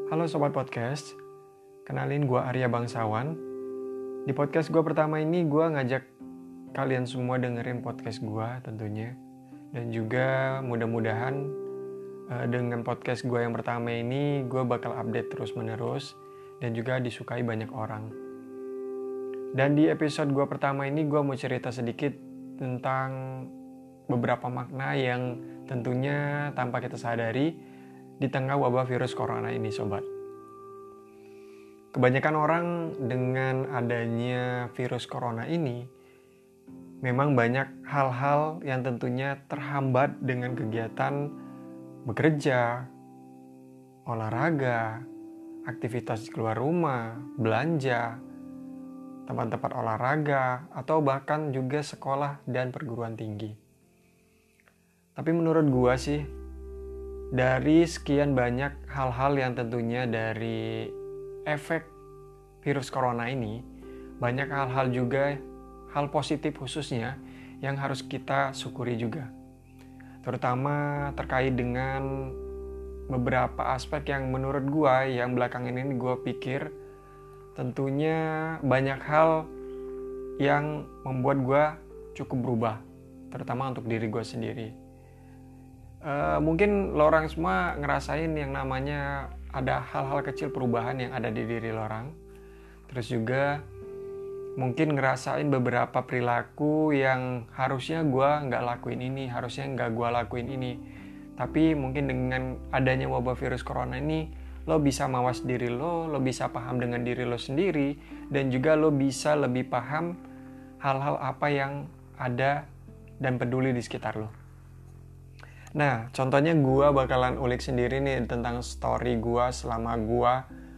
Halo Sobat Podcast, kenalin gue Arya Bangsawan. Di podcast gue pertama ini gue ngajak kalian semua dengerin podcast gue tentunya. Dan juga mudah-mudahan dengan podcast gue yang pertama ini gue bakal update terus-menerus dan juga disukai banyak orang. Dan di episode gue pertama ini gue mau cerita sedikit tentang beberapa makna yang tentunya tanpa kita sadari di tengah wabah virus corona ini, sobat. Kebanyakan orang dengan adanya virus corona ini memang banyak hal-hal yang tentunya terhambat dengan kegiatan bekerja, olahraga, aktivitas keluar rumah, belanja, tempat-tempat olahraga, atau bahkan juga sekolah dan perguruan tinggi. Tapi menurut gua sih, dari sekian banyak hal-hal yang tentunya dari efek virus corona ini, banyak hal-hal juga, hal positif khususnya yang harus kita syukuri juga. Terutama terkait dengan beberapa aspek yang menurut gua yang belakangan ini gua pikir tentunya banyak hal yang membuat gua cukup berubah, terutama untuk diri gua sendiri. Mungkin lo orang semua ngerasain yang namanya ada hal-hal kecil perubahan yang ada di diri lo orang. Terus juga mungkin ngerasain beberapa perilaku yang harusnya gue nggak lakuin ini, harusnya nggak gue lakuin ini. Tapi mungkin dengan adanya wabah virus corona ini, lo bisa mawas diri lo bisa paham dengan diri lo sendiri, dan juga lo bisa lebih paham hal-hal apa yang ada dan peduli di sekitar lo. Nah, contohnya gue bakalan ulik sendiri nih tentang story gue selama gue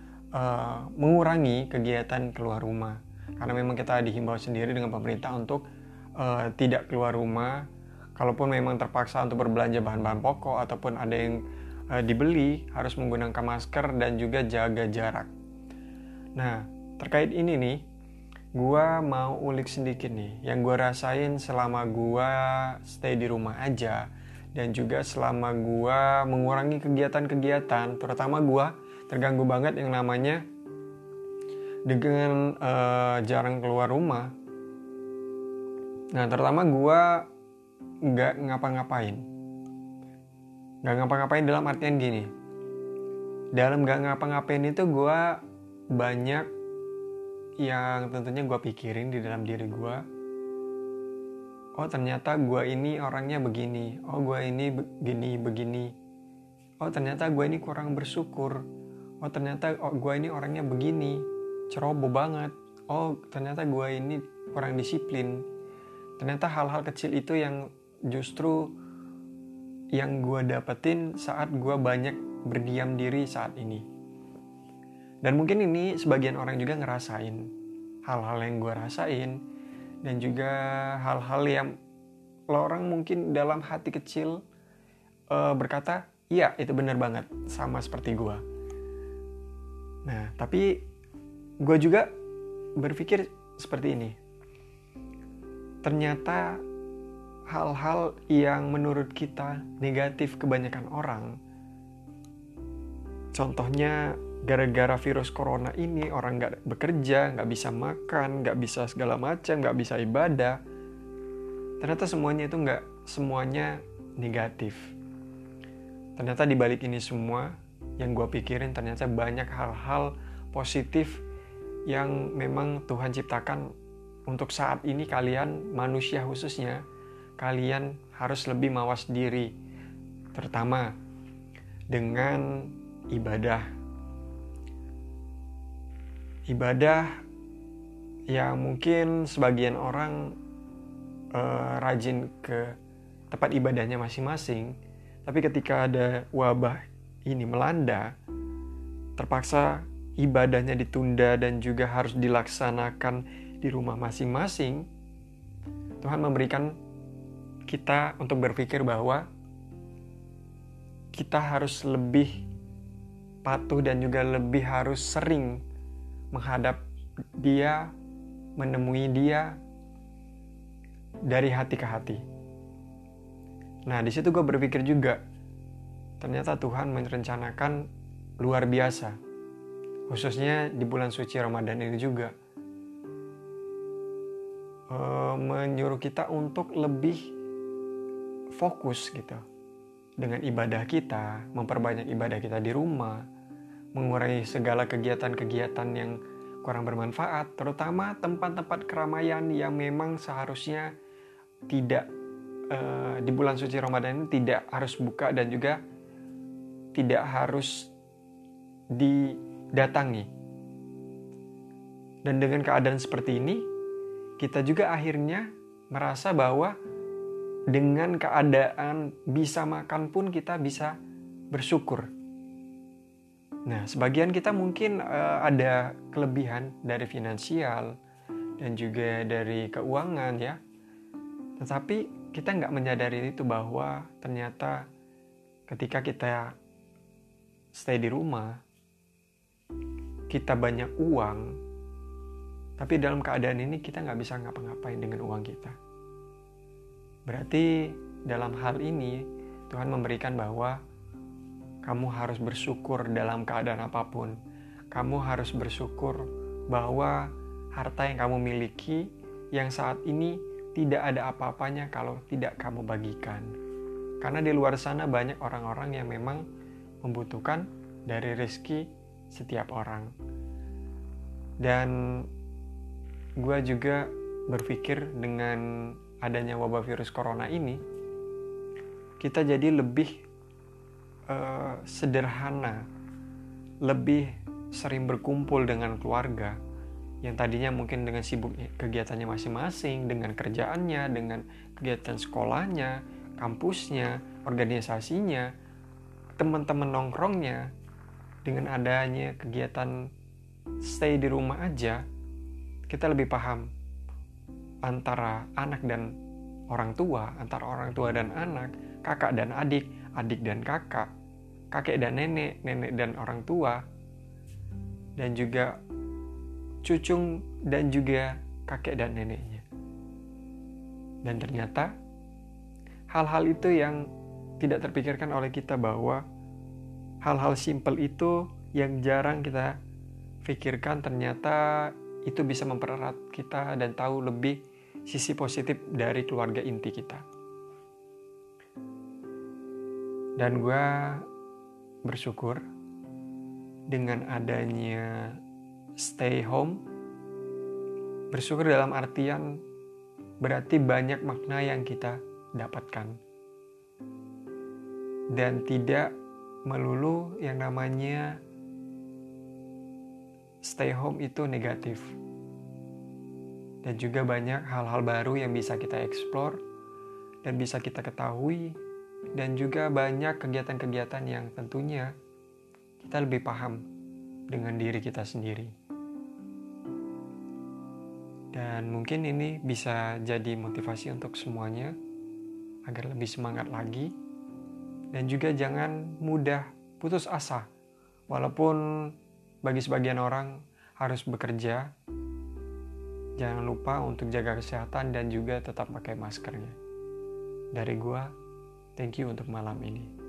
mengurangi kegiatan keluar rumah. Karena memang kita dihimbau sendiri dengan pemerintah untuk tidak keluar rumah. Kalaupun memang terpaksa untuk berbelanja bahan-bahan pokok ataupun ada yang dibeli, harus menggunakan masker dan juga jaga jarak. Nah, terkait ini nih, gue mau ulik sedikit nih yang gue rasain selama gue stay di rumah aja. Dan juga selama gue mengurangi kegiatan-kegiatan, terutama gue terganggu banget yang namanya dengan jarang keluar rumah. Nah, terutama gue gak ngapa-ngapain. Gak ngapa-ngapain dalam artian gini. Dalam gak ngapa-ngapain itu gue banyak yang tentunya gue pikirin di dalam diri gue. Oh, ternyata gue ini orangnya begini. Oh, gue ini begini. Oh, ternyata gue ini kurang bersyukur. Oh, ternyata gue ini orangnya begini. Ceroboh banget. Oh, ternyata gue ini kurang disiplin. Ternyata hal-hal kecil itu yang justru yang gue dapetin saat gue banyak berdiam diri saat ini. Dan mungkin ini sebagian orang juga ngerasain hal-hal yang gue rasain. Dan juga hal-hal yang orang mungkin dalam hati kecil berkata, iya itu benar banget, sama seperti gue. Nah, tapi gue juga berpikir seperti ini. Ternyata hal-hal yang menurut kita negatif kebanyakan orang, contohnya gara-gara virus corona ini orang gak bekerja, gak bisa makan, gak bisa segala macam, gak bisa ibadah. Ternyata semuanya itu gak semuanya negatif. Ternyata di balik ini semua yang gue pikirin ternyata banyak hal-hal positif yang memang Tuhan ciptakan untuk saat ini kalian manusia khususnya. Kalian harus lebih mawas diri, terutama dengan ibadah yang mungkin sebagian orang rajin ke tempat ibadahnya masing-masing, tapi ketika ada wabah ini melanda, terpaksa ibadahnya ditunda dan juga harus dilaksanakan di rumah masing-masing. Tuhan memberikan kita untuk berpikir bahwa kita harus lebih patuh dan juga lebih harus sering menghadap dia, menemui dia dari hati ke hati. Nah, di situ gue berpikir juga, ternyata Tuhan merencanakan luar biasa. Khususnya di bulan suci Ramadan ini juga. Menyuruh kita untuk lebih fokus gitu dengan ibadah kita, memperbanyak ibadah kita di rumah, mengurangi segala kegiatan-kegiatan yang kurang bermanfaat, terutama tempat-tempat keramaian yang memang seharusnya tidak di bulan suci Ramadan ini tidak harus buka dan juga tidak harus didatangi. Dan dengan keadaan seperti ini, kita juga akhirnya merasa bahwa dengan keadaan bisa makan pun kita bisa bersyukur. Nah, sebagian kita mungkin ada kelebihan dari finansial dan juga dari keuangan ya. Tetapi kita nggak menyadari itu bahwa ternyata ketika kita stay di rumah, kita banyak uang, tapi dalam keadaan ini kita nggak bisa ngapa-ngapain dengan uang kita. Berarti dalam hal ini Tuhan memberikan bahwa kamu harus bersyukur dalam keadaan apapun. Kamu harus bersyukur bahwa harta yang kamu miliki yang saat ini tidak ada apa-apanya kalau tidak kamu bagikan. Karena di luar sana banyak orang-orang yang memang membutuhkan dari rezeki setiap orang. Dan gue juga berpikir dengan adanya wabah virus corona ini, kita jadi lebih sederhana, lebih sering berkumpul dengan keluarga yang tadinya mungkin dengan sibuk kegiatannya masing-masing, dengan kerjaannya, dengan kegiatan sekolahnya, kampusnya, organisasinya, teman-teman nongkrongnya. Dengan adanya kegiatan stay di rumah aja, kita lebih paham antara anak dan orang tua, antara orang tua dan anak, kakak dan adik, adik dan kakak, kakek dan nenek, nenek dan orang tua, dan juga cucung dan juga kakek dan neneknya. Dan ternyata hal-hal itu yang tidak terpikirkan oleh kita, bahwa hal-hal simpel itu yang jarang kita pikirkan, ternyata itu bisa mempererat kita dan tahu lebih sisi positif dari keluarga inti kita. Dan gue bersyukur dengan adanya stay home. Bersyukur dalam artian berarti banyak makna yang kita dapatkan. Dan tidak melulu yang namanya stay home itu negatif. Dan juga banyak hal-hal baru yang bisa kita explore dan bisa kita ketahui. Dan juga banyak kegiatan-kegiatan yang tentunya kita lebih paham dengan diri kita sendiri. Dan mungkin ini bisa jadi motivasi untuk semuanya agar lebih semangat lagi. Dan juga jangan mudah putus asa. Walaupun bagi sebagian orang harus bekerja, jangan lupa untuk jaga kesehatan dan juga tetap pakai maskernya. Dari gua, thank you untuk malam ini.